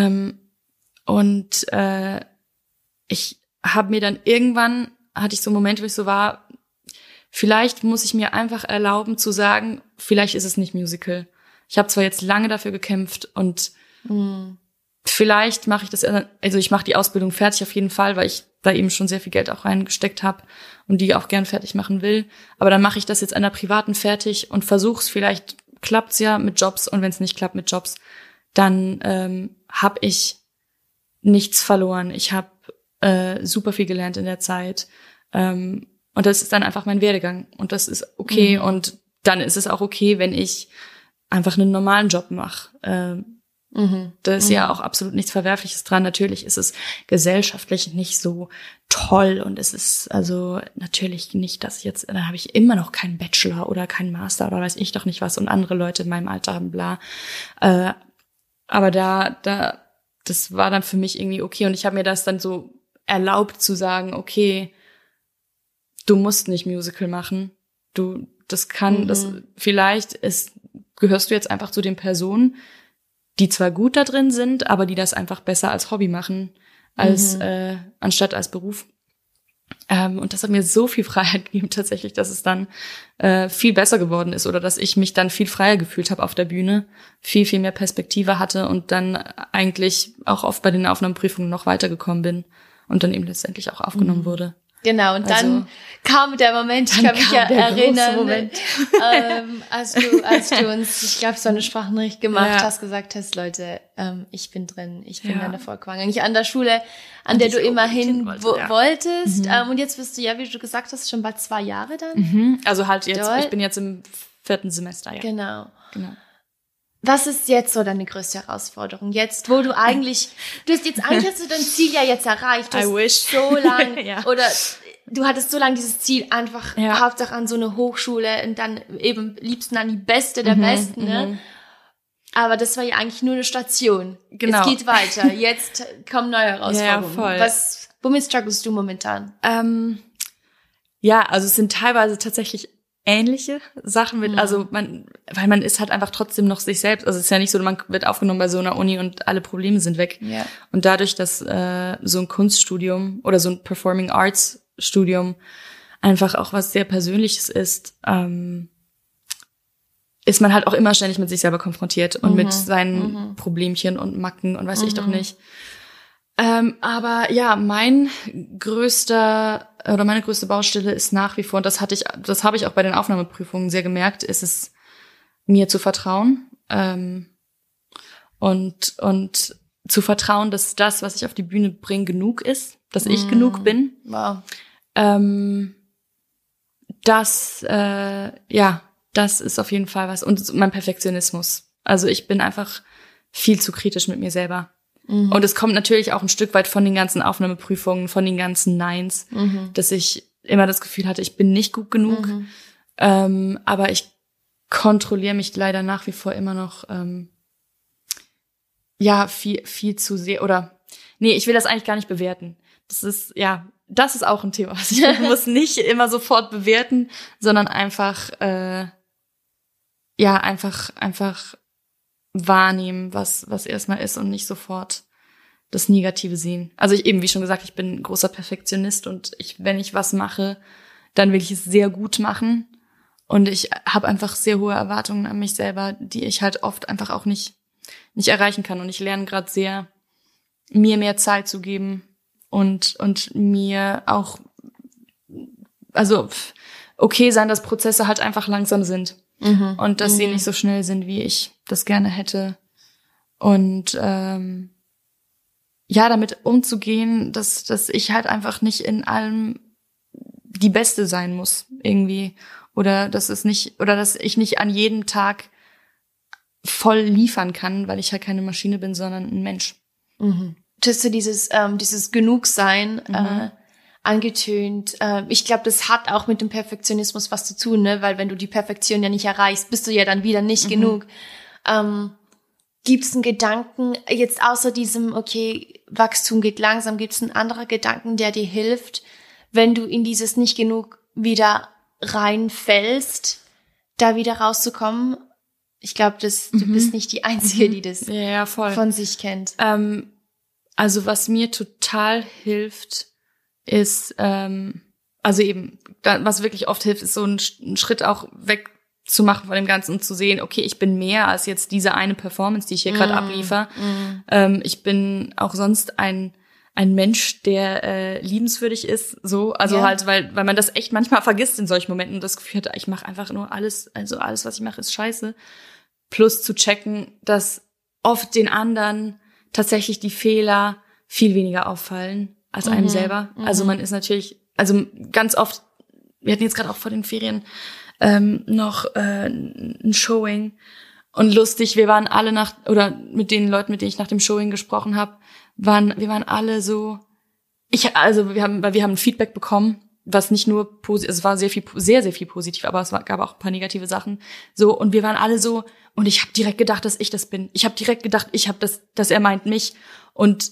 Ich habe mir dann irgendwann, hatte ich so Momente, wo ich so war, vielleicht muss ich mir einfach erlauben zu sagen, vielleicht ist es nicht Musical. Ich habe zwar jetzt lange dafür gekämpft und vielleicht mache ich das, also ich mache die Ausbildung fertig auf jeden Fall, weil ich da eben schon sehr viel Geld auch reingesteckt habe und die auch gern fertig machen will. Aber dann mache ich das jetzt an der privaten fertig und versuch's. Vielleicht klappt's ja mit Jobs und wenn es nicht klappt mit Jobs, dann habe ich nichts verloren. Ich habe super viel gelernt in der Zeit und das ist dann einfach mein Werdegang und das ist okay und dann ist es auch okay, wenn ich einfach einen normalen Job mache. Da ist ja auch absolut nichts Verwerfliches dran. Natürlich ist es gesellschaftlich nicht so toll und es ist also natürlich nicht, dass da habe ich immer noch keinen Bachelor oder keinen Master oder weiß ich doch nicht was und andere Leute in meinem Alter haben bla. Aber das war dann für mich irgendwie okay und ich habe mir das dann so erlaubt zu sagen, okay, du musst nicht Musical machen. Vielleicht gehörst du jetzt einfach zu den Personen, die zwar gut da drin sind, aber die das einfach besser als Hobby machen, anstatt als Beruf. Und das hat mir so viel Freiheit gegeben tatsächlich, dass es dann viel besser geworden ist oder dass ich mich dann viel freier gefühlt habe auf der Bühne, viel, viel mehr Perspektive hatte und dann eigentlich auch oft bei den Aufnahmeprüfungen noch weitergekommen bin und dann eben letztendlich auch aufgenommen wurde. Genau, und dann kam der Moment, ich kann mich ja erinnern, als du uns, ich glaube, so eine Sprachnachricht gemacht hast, gesagt hast, Leute, ich bin drin, ich bin an der Volkwang, nicht an der Schule, an der du immerhin wolltest. Und jetzt bist du ja, wie du gesagt hast, schon bald 2 Jahre dann. Also halt jetzt, ich bin jetzt im 4. Semester, ja. Genau. Was ist jetzt so deine größte Herausforderung? Jetzt, wo du hast du dein Ziel ja jetzt erreicht. Du hast so lang, oder du hattest so lange dieses Ziel, einfach Hauptsache an so eine Hochschule und dann eben liebsten an die Beste der Besten, ne? Aber das war ja eigentlich nur eine Station. Genau. Es geht weiter. Jetzt kommen neue Herausforderungen. Ja, voll. Womit strugglest du momentan? Also es sind teilweise tatsächlich ähnliche Sachen mit, weil man ist halt einfach trotzdem noch sich selbst. Also es ist ja nicht so, man wird aufgenommen bei so einer Uni und alle Probleme sind weg. Ja. Und dadurch, dass so ein Kunststudium oder so ein Performing Arts Studium einfach auch was sehr Persönliches ist, ist man halt auch immer ständig mit sich selber konfrontiert und mit seinen Problemchen und Macken und weiß ich doch nicht. Aber ja, meine größte Baustelle ist nach wie vor, und das habe ich auch bei den Aufnahmeprüfungen sehr gemerkt, ist es, mir zu vertrauen, und zu vertrauen, dass das, was ich auf die Bühne bringe, genug ist, dass ich genug bin. Wow. Das ist auf jeden Fall was. Und mein Perfektionismus. Also ich bin einfach viel zu kritisch mit mir selber. Und es kommt natürlich auch ein Stück weit von den ganzen Aufnahmeprüfungen, von den ganzen Neins, dass ich immer das Gefühl hatte, ich bin nicht gut genug. Aber ich kontrolliere mich leider nach wie vor immer noch viel zu sehr. Oder nee, ich will das eigentlich gar nicht bewerten. Das ist auch ein Thema, was ich muss nicht immer sofort bewerten, sondern einfach einfach wahrnehmen, was erstmal ist und nicht sofort das Negative sehen. Also wie schon gesagt, ich bin ein großer Perfektionist und wenn ich was mache, dann will ich es sehr gut machen Und ich habe einfach sehr hohe Erwartungen an mich selber, die ich halt oft einfach auch nicht erreichen kann. Und ich lerne gerade sehr, mir mehr Zeit zu geben und mir auch, also okay sein, dass Prozesse halt einfach langsam sind und dass sie nicht so schnell sind, wie ich das gerne hätte. Und damit umzugehen, dass ich halt einfach nicht in allem die Beste sein muss irgendwie oder dass ich nicht an jedem Tag voll liefern kann, weil ich halt keine Maschine bin, sondern ein Mensch. Du hast ja dieses Genugsein angetönt. Ich glaube, das hat auch mit dem Perfektionismus was zu tun, ne? Weil wenn du die Perfektion ja nicht erreichst, bist du ja dann wieder nicht genug. Gibt es einen Gedanken, jetzt außer diesem, okay, Wachstum geht langsam, gibt es einen anderen Gedanken, der dir hilft, wenn du in dieses nicht genug wieder reinfällst, da wieder rauszukommen? Ich glaube, du bist nicht die Einzige, die das von sich kennt. Also was mir total hilft, ist, was wirklich oft hilft, ist so ein Schritt auch weg zu machen von dem Ganzen und zu sehen, okay, ich bin mehr als jetzt diese eine Performance, die ich hier gerade abliefere. Ich bin auch sonst ein Mensch, der liebenswürdig ist, so, also halt, weil man das echt manchmal vergisst in solchen Momenten und das Gefühl hat, ich mache einfach nur alles, was ich mache, ist scheiße. Plus zu checken, dass oft den anderen tatsächlich die Fehler viel weniger auffallen als einem selber. Also man ist natürlich, also ganz oft, wir hatten jetzt gerade auch vor den Ferien noch ein Showing und lustig, wir waren alle mit den Leuten, mit denen ich nach dem Showing gesprochen habe, wir waren alle so, wir haben Feedback bekommen, was nicht nur positiv, es war sehr viel positiv, aber gab auch ein paar negative Sachen, so, und wir waren alle so, und ich habe direkt gedacht, dass ich das bin. Ich habe direkt gedacht, dass er meint mich und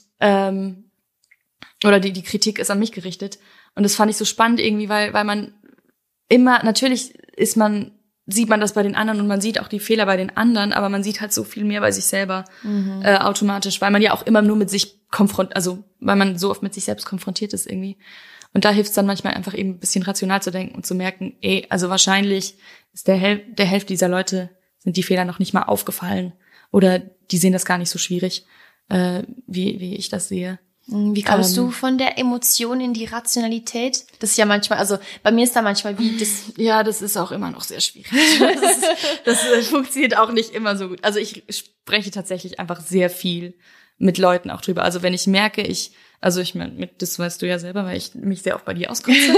oder die Kritik ist an mich gerichtet. Und das fand ich so spannend irgendwie, weil man immer, natürlich sieht man das bei den anderen und man sieht auch die Fehler bei den anderen, aber man sieht halt so viel mehr bei sich selber automatisch, weil man ja auch immer nur mit sich weil man so oft mit sich selbst konfrontiert ist irgendwie. Und da hilft es dann manchmal einfach eben ein bisschen rational zu denken und zu merken, also wahrscheinlich ist der Hälfte dieser Leute sind die Fehler noch nicht mal aufgefallen oder die sehen das gar nicht so schwierig, wie ich das sehe. Wie kommst du von der Emotion in die Rationalität? Das ist ja manchmal, also bei mir ist da manchmal wie das. Ja, das ist auch immer noch sehr schwierig. Das funktioniert auch nicht immer so gut. Also ich spreche tatsächlich einfach sehr viel mit Leuten auch drüber. Also wenn ich merke, das weißt du ja selber, weil ich mich sehr oft bei dir auskotze.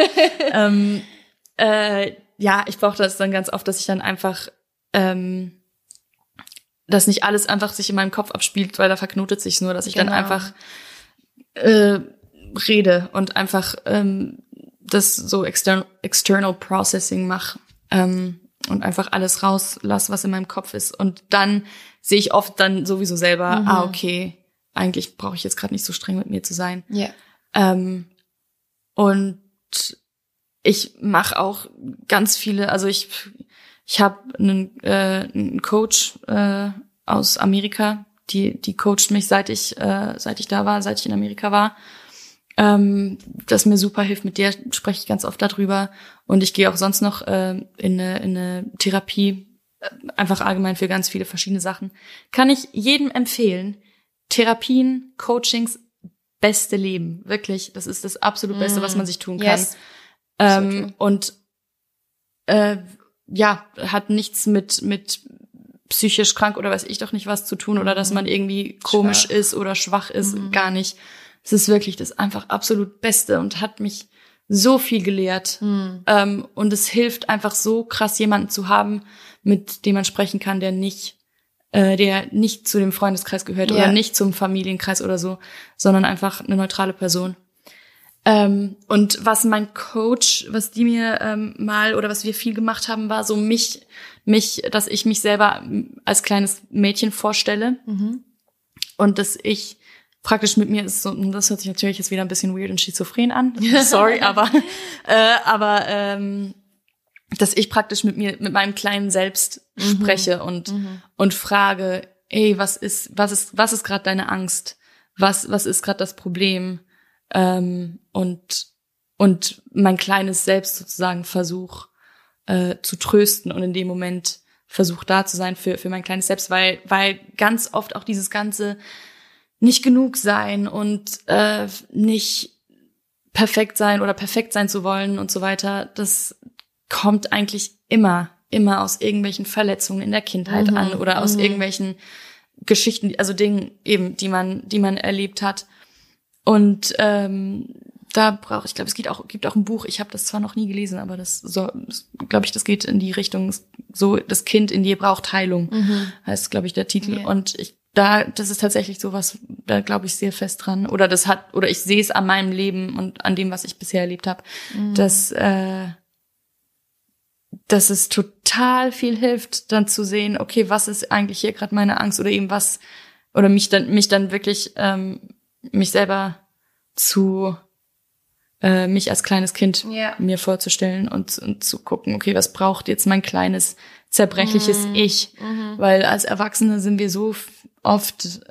Ich brauche das dann ganz oft, dass ich dann einfach dass nicht alles einfach sich in meinem Kopf abspielt, weil da verknotet sich's nur, dass ich dann einfach rede und einfach das so external Processing mache und einfach alles rauslasse, was in meinem Kopf ist. Und dann sehe ich oft dann sowieso selber, okay, eigentlich brauche ich jetzt gerade nicht so streng mit mir zu sein. Ja. Und ich mache auch ganz viele, also ich habe einen Coach aus Amerika, die coacht mich, seit ich in Amerika war, das mir super hilft. Mit der spreche ich ganz oft darüber. Und ich gehe auch sonst noch in eine Therapie, einfach allgemein für ganz viele verschiedene Sachen. Kann ich jedem empfehlen. Therapien, Coachings, beste Leben. Wirklich, das ist das absolut Beste, was man sich tun kann. Yes. Und hat nichts mit psychisch krank oder weiß ich doch nicht was zu tun oder dass man irgendwie komisch ist oder schwach ist, gar nicht. Es ist wirklich das einfach absolut Beste und hat mich so viel gelehrt. Und es hilft einfach so krass, jemanden zu haben, mit dem man sprechen kann, der nicht zu dem Freundeskreis gehört oder nicht zum Familienkreis oder so, sondern einfach eine neutrale Person. Und was mein Coach, was die mir was wir viel gemacht haben, war so dass ich mich selber als kleines Mädchen vorstelle und dass ich praktisch mit mir ist so, und das hört sich natürlich jetzt wieder ein bisschen weird und schizophren an, sorry, aber dass ich praktisch mit meinem kleinen Selbst spreche und frage, was ist gerade deine Angst? Was ist gerade das Problem? Und mein kleines Selbst sozusagen versuch zu trösten und in dem Moment versucht da zu sein für mein kleines Selbst, weil ganz oft auch dieses ganze nicht genug sein und nicht perfekt sein oder perfekt sein zu wollen und so weiter, das kommt eigentlich immer aus irgendwelchen Verletzungen in der Kindheit an oder aus irgendwelchen Geschichten, also Dingen eben, die man erlebt hat. Und ich glaube, es gibt auch ein Buch, ich habe das zwar noch nie gelesen, aber das geht in die Richtung, so das Kind in dir braucht Heilung, heißt, glaube ich, der Titel. Yeah. Und das ist tatsächlich sowas, da glaube ich sehr fest dran. Oder ich sehe es an meinem Leben und an dem, was ich bisher erlebt habe, dass es total viel hilft, dann zu sehen, okay, was ist eigentlich hier gerade meine Angst oder eben was, oder mich dann wirklich mich selber mich als kleines Kind mir vorzustellen und zu gucken, okay, was braucht jetzt mein kleines, zerbrechliches Ich? Weil als Erwachsene sind wir so oft,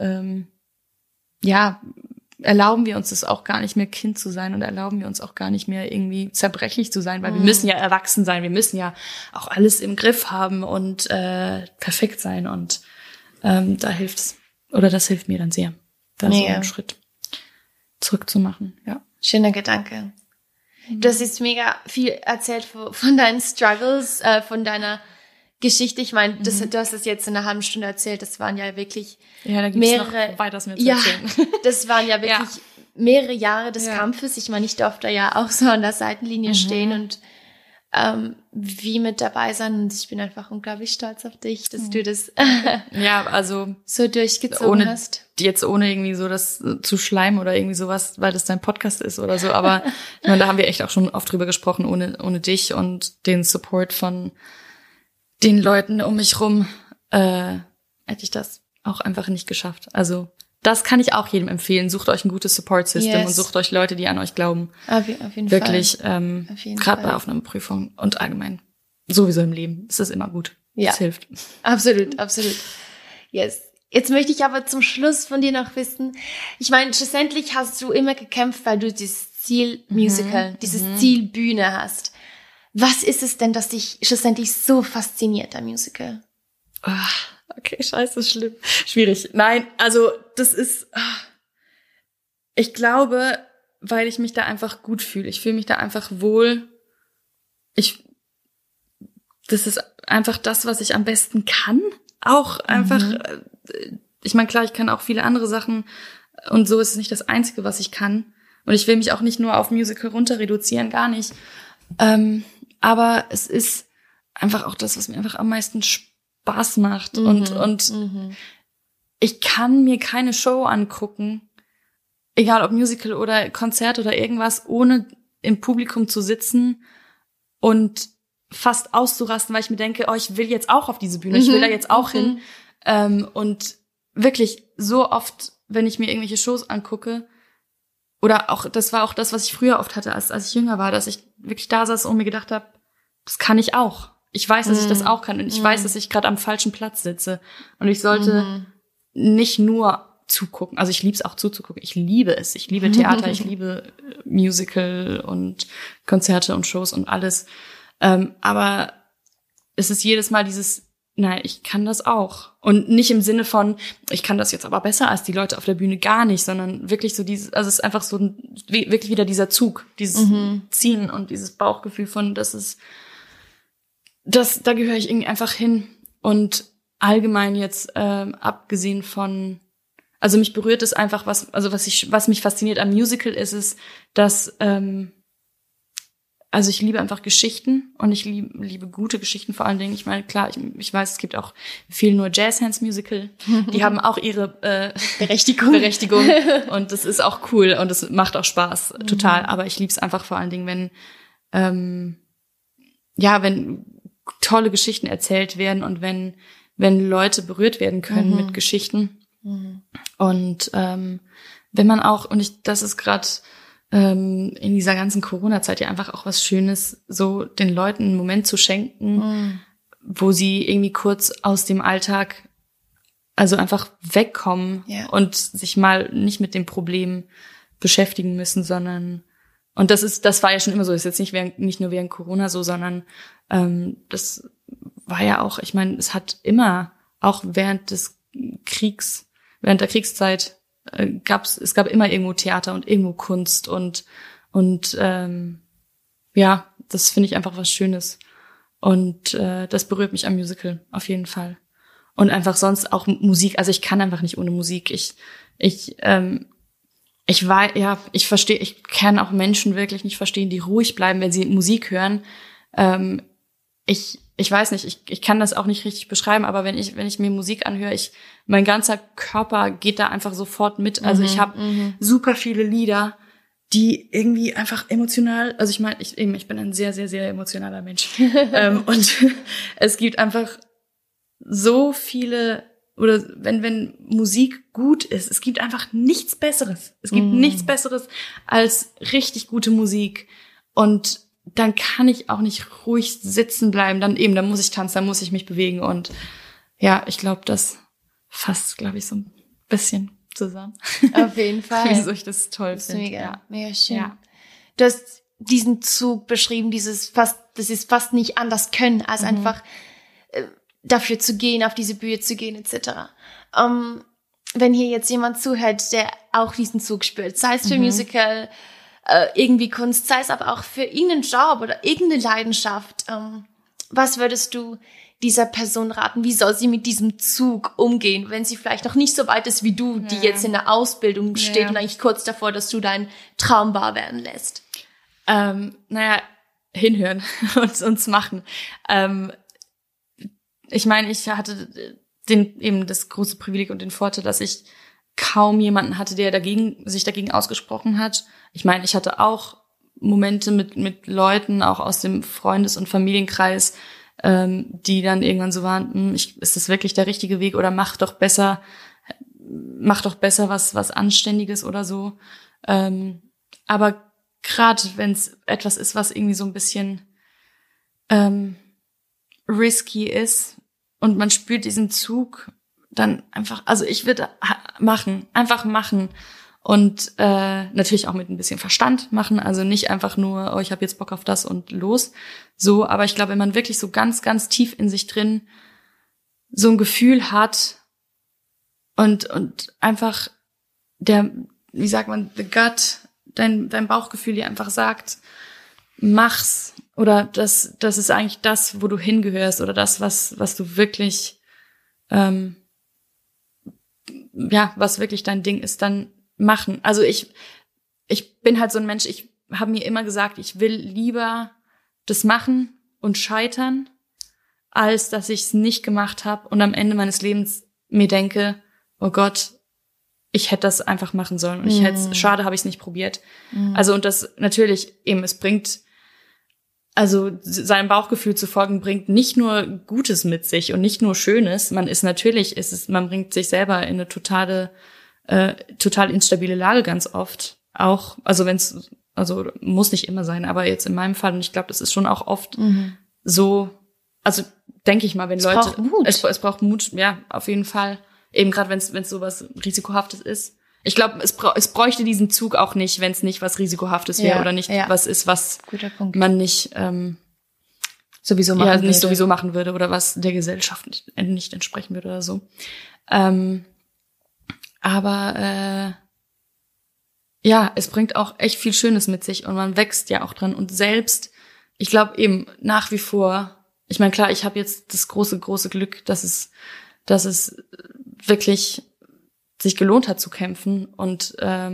erlauben wir uns das auch gar nicht mehr, Kind zu sein, und erlauben wir uns auch gar nicht mehr irgendwie zerbrechlich zu sein, weil wir müssen ja erwachsen sein, wir müssen ja auch alles im Griff haben und perfekt sein, und da hilft's, oder das hilft mir dann sehr, da so einen Schritt zurückzumachen, ja. Schöner Gedanke. Du hast jetzt mega viel erzählt von deinen Struggles, von deiner Geschichte. Ich meine, du hast es jetzt in einer halben Stunde erzählt. Das waren ja wirklich da gibt's mehrere, noch weiteres mehr zu erzählen. Das waren ja wirklich mehrere Jahre des Kampfes. Ich meine, ich durfte ja auch so an der Seitenlinie stehen und wie mit dabei sein. Und ich bin einfach unglaublich stolz auf dich, dass du das also so durchgezogen hast. Jetzt ohne irgendwie so das zu schleimen oder irgendwie sowas, weil das dein Podcast ist oder so. Aber ich meine, da haben wir echt auch schon oft drüber gesprochen, ohne dich und den Support von den Leuten um mich rum, hätte ich das auch einfach nicht geschafft. Also das kann ich auch jedem empfehlen. Sucht euch ein gutes Support-System und sucht euch Leute, die an euch glauben. Auf jeden wirklich, Fall. Gerade bei Aufnahmeprüfungen und allgemein sowieso im Leben ist es immer gut. Ja. Es hilft. Absolut. Yes. Jetzt möchte ich aber zum Schluss von dir noch wissen, ich meine, schlussendlich hast du immer gekämpft, weil du dieses Ziel Musical, dieses Ziel Bühne hast. Was ist es denn, das dich schlussendlich so fasziniert am Musical? Okay, scheiße, schlimm. Schwierig. Nein, also das ist, ich glaube, weil ich mich da einfach gut fühle. Ich fühle mich da einfach wohl. Das ist einfach das, was ich am besten kann. Auch einfach, ich meine, klar, ich kann auch viele andere Sachen und so ist es nicht das Einzige, was ich kann. Und ich will mich auch nicht nur auf Musical runter reduzieren, gar nicht. Aber es ist einfach auch das, was mir einfach am meisten Spaß macht. Und ich kann mir keine Show angucken, egal ob Musical oder Konzert oder irgendwas, ohne im Publikum zu sitzen und fast auszurasten, weil ich mir denke, ich will jetzt auch auf diese Bühne, ich will da jetzt auch hin. Und wirklich so oft, wenn ich mir irgendwelche Shows angucke, oder auch, das war auch das, was ich früher oft hatte, als ich jünger war, dass ich wirklich da saß und mir gedacht habe, das kann ich auch. Ich weiß, dass ich das auch kann, und ich weiß, dass ich gerade am falschen Platz sitze. Und ich sollte nicht nur zugucken, also ich liebe es auch zuzugucken, ich liebe es, ich liebe Theater, ich liebe Musical und Konzerte und Shows und alles. Aber es ist jedes Mal nein, ich kann das auch. Und nicht im Sinne von, ich kann das jetzt aber besser als die Leute auf der Bühne, gar nicht, sondern wirklich so also es ist einfach so wirklich wieder dieser Zug, dieses Ziehen und dieses Bauchgefühl von, da gehöre ich irgendwie einfach hin. Und allgemein jetzt, abgesehen von, also mich berührt es einfach, was mich fasziniert am Musical ist es, dass, also ich liebe einfach Geschichten, und ich liebe gute Geschichten vor allen Dingen. Ich meine, klar, ich weiß, es gibt auch viel nur Jazzhands-Musical. Die haben auch ihre Berechtigung. Und das ist auch cool und das macht auch Spaß, total. Aber ich liebe es einfach vor allen Dingen, wenn tolle Geschichten erzählt werden und wenn Leute berührt werden können mit Geschichten. Und wenn man auch, das ist gerade in dieser ganzen Corona-Zeit ja einfach auch was Schönes, so den Leuten einen Moment zu schenken, wo sie irgendwie kurz aus dem Alltag, also einfach wegkommen und sich mal nicht mit dem Problem beschäftigen müssen, sondern Und das war ja schon immer so. Das ist jetzt nicht nur während Corona so, sondern das war ja auch, ich meine, es hat immer, auch während der Kriegszeit, es gab immer irgendwo Theater und irgendwo Kunst und ja, das finde ich einfach was Schönes. Und das berührt mich am Musical auf jeden Fall. Und einfach sonst auch Musik. Also ich kann einfach nicht ohne Musik. Ich kann auch Menschen wirklich nicht verstehen, die ruhig bleiben, wenn sie Musik hören. Ich weiß nicht, ich kann das auch nicht richtig beschreiben, aber wenn ich mir Musik anhöre, mein ganzer Körper geht da einfach sofort mit. Also ich habe super viele Lieder, die irgendwie einfach emotional, also ich meine, ich bin ein sehr, sehr, sehr emotionaler Mensch. Und es gibt einfach so viele, oder wenn Musik gut ist, es gibt einfach nichts Besseres. Es gibt nichts Besseres als richtig gute Musik. Und dann kann ich auch nicht ruhig sitzen bleiben. Dann muss ich tanzen, dann muss ich mich bewegen. Und ja, ich glaube, das fasst, glaube ich, so ein bisschen zusammen. Auf jeden Fall. Wieso ich das toll finde. Mega schön. Ja. Du hast diesen Zug beschrieben, das ist fast nicht anders können, als einfach dafür zu gehen, auf diese Bühne zu gehen, etc. Wenn hier jetzt jemand zuhört, der auch diesen Zug spürt, sei es für Musical, irgendwie Kunst, sei es aber auch für irgendeinen Job oder irgendeine Leidenschaft, was würdest du dieser Person raten? Wie soll sie mit diesem Zug umgehen, wenn sie vielleicht noch nicht so weit ist wie du, die jetzt in der Ausbildung steht und eigentlich kurz davor, dass du deinen Traum wahr werden lässt? Hinhören und uns machen. Ich meine, ich hatte eben das große Privileg und den Vorteil, dass ich kaum jemanden hatte, der sich dagegen ausgesprochen hat. Ich meine, ich hatte auch Momente mit Leuten, auch aus dem Freundes- und Familienkreis, die dann irgendwann so waren, ist das wirklich der richtige Weg oder mach doch besser was Anständiges oder so. Aber gerade wenn es etwas ist, was irgendwie so ein bisschen risky ist und man spürt diesen Zug, dann einfach, also ich würde einfach machen und natürlich auch mit ein bisschen Verstand machen, also nicht einfach nur, oh, ich habe jetzt Bock auf das und los, so, aber ich glaube, wenn man wirklich so ganz, ganz tief in sich drin so ein Gefühl hat und einfach wie sagt man, the gut, dein Bauchgefühl dir einfach sagt, mach's, oder das ist eigentlich das, wo du hingehörst, oder das, was du wirklich, was wirklich dein Ding ist, dann machen. Also ich bin halt so ein Mensch, ich habe mir immer gesagt, ich will lieber das machen und scheitern, als dass ich es nicht gemacht habe und am Ende meines Lebens mir denke, oh Gott, ich hätte das einfach machen sollen und schade, habe ich es nicht probiert. Also und das natürlich eben, es bringt, also seinem Bauchgefühl zu folgen, bringt nicht nur Gutes mit sich und nicht nur Schönes. Man bringt sich selber in eine total instabile Lage ganz oft. Auch, also muss nicht immer sein, aber jetzt in meinem Fall, und ich glaube, das ist schon auch oft so, also denke ich mal, wenn Leute. Braucht Mut. Es braucht Mut, ja, auf jeden Fall. Eben gerade, wenn es sowas Risikohaftes ist. Ich glaube, es bräuchte diesen Zug auch nicht, wenn es nicht was Risikohaftes wäre oder nicht was ist, was man nicht sowieso machen würde oder was der Gesellschaft nicht entsprechen würde oder so. Aber es bringt auch echt viel Schönes mit sich und man wächst ja auch dran. Und selbst, ich glaube eben nach wie vor, ich meine, klar, ich habe jetzt das große, große Glück, dass es wirklich sich gelohnt hat zu kämpfen und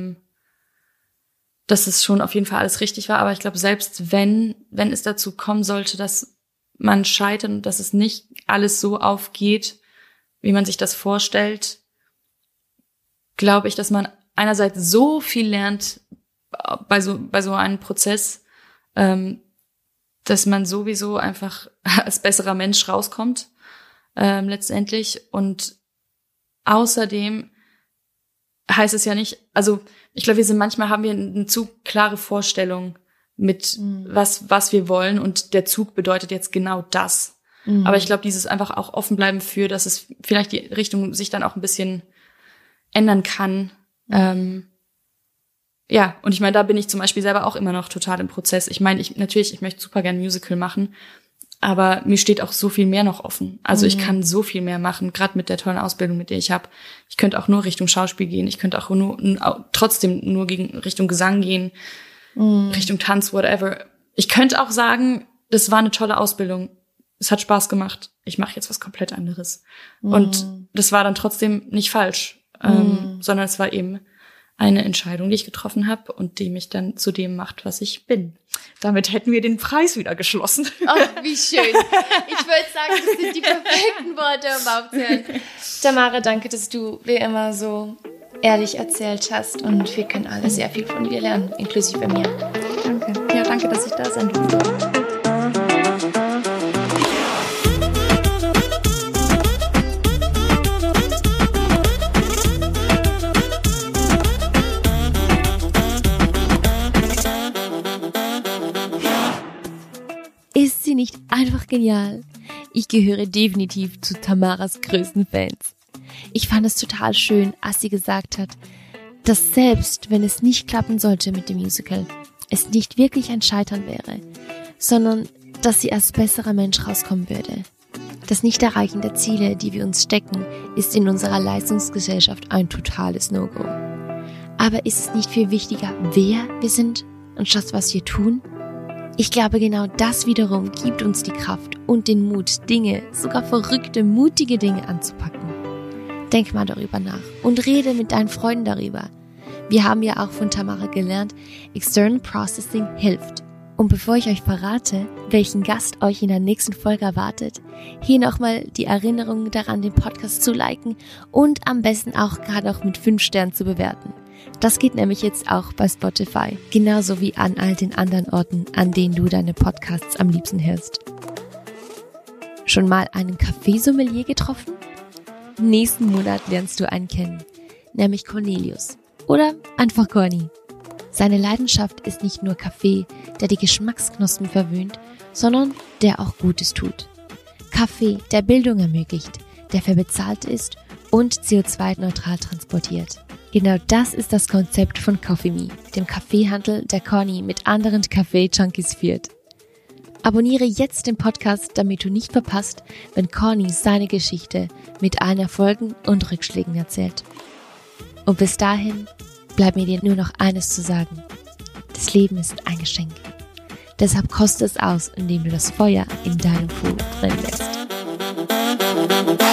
dass es schon auf jeden Fall alles richtig war. Aber ich glaube, selbst wenn es dazu kommen sollte, dass man scheitert und dass es nicht alles so aufgeht, wie man sich das vorstellt, glaube ich, dass man einerseits so viel lernt bei so einem Prozess, dass man sowieso einfach als besserer Mensch rauskommt, letztendlich. Und außerdem heißt es ja nicht, also ich glaube, manchmal haben wir eine zu klare Vorstellung mit was wir wollen und der Zug bedeutet jetzt genau das. Aber ich glaube, dieses einfach auch offen bleiben für, dass es vielleicht die Richtung sich dann auch ein bisschen ändern kann. ja, und ich meine, da bin ich zum Beispiel selber auch immer noch total im Prozess. Ich meine, ich möchte super gern Musical machen, aber mir steht auch so viel mehr noch offen. Also ich kann so viel mehr machen, gerade mit der tollen Ausbildung, mit der ich habe. Ich könnte auch nur Richtung Schauspiel gehen, ich könnte auch trotzdem nur Richtung Gesang gehen, Richtung Tanz, whatever. Ich könnte auch sagen, das war eine tolle Ausbildung. Es hat Spaß gemacht. Ich mache jetzt was komplett anderes. Und das war dann trotzdem nicht falsch, sondern es war eben eine Entscheidung, die ich getroffen habe und die mich dann zu dem macht, was ich bin. Damit hätten wir den Preis wieder geschlossen. Oh, wie schön. Ich würde sagen, das sind die perfekten Worte, um aufzuhören. Tamara, danke, dass du wie immer so ehrlich erzählt hast und wir können alle sehr viel von dir lernen, inklusive mir. Danke. Ja, danke, dass ich da sein durfte. Ist sie nicht einfach genial? Ich gehöre definitiv zu Tamaras größten Fans. Ich fand es total schön, als sie gesagt hat, dass selbst wenn es nicht klappen sollte mit dem Musical, es nicht wirklich ein Scheitern wäre, sondern dass sie als besserer Mensch rauskommen würde. Das Nicht-Erreichen der Ziele, die wir uns stecken, ist in unserer Leistungsgesellschaft ein totales No-Go. Aber ist es nicht viel wichtiger, wer wir sind, anstatt was wir tun? Ich glaube, genau das wiederum gibt uns die Kraft und den Mut, Dinge, sogar verrückte, mutige Dinge anzupacken. Denk mal darüber nach und rede mit deinen Freunden darüber. Wir haben ja auch von Tamara gelernt, External Processing hilft. Und bevor ich euch verrate, welchen Gast euch in der nächsten Folge erwartet, hier nochmal die Erinnerung daran, den Podcast zu liken und am besten auch gerade auch mit 5 Sternen zu bewerten. Das geht nämlich jetzt auch bei Spotify, genauso wie an all den anderen Orten, an denen du deine Podcasts am liebsten hörst. Schon mal einen Kaffeesommelier getroffen? Nächsten Monat lernst du einen kennen, nämlich Cornelius oder einfach Corny. Seine Leidenschaft ist nicht nur Kaffee, der die Geschmacksknospen verwöhnt, sondern der auch Gutes tut. Kaffee, der Bildung ermöglicht, der fair bezahlt ist und CO2-neutral transportiert. Genau das ist das Konzept von Coffee Me, dem Kaffeehandel, der Corny mit anderen Kaffee-Junkies führt. Abonniere jetzt den Podcast, damit du nicht verpasst, wenn Corny seine Geschichte mit allen Erfolgen und Rückschlägen erzählt. Und bis dahin bleibt mir dir nur noch eines zu sagen. Das Leben ist ein Geschenk. Deshalb koste es aus, indem du das Feuer in deinem Po brennen lässt.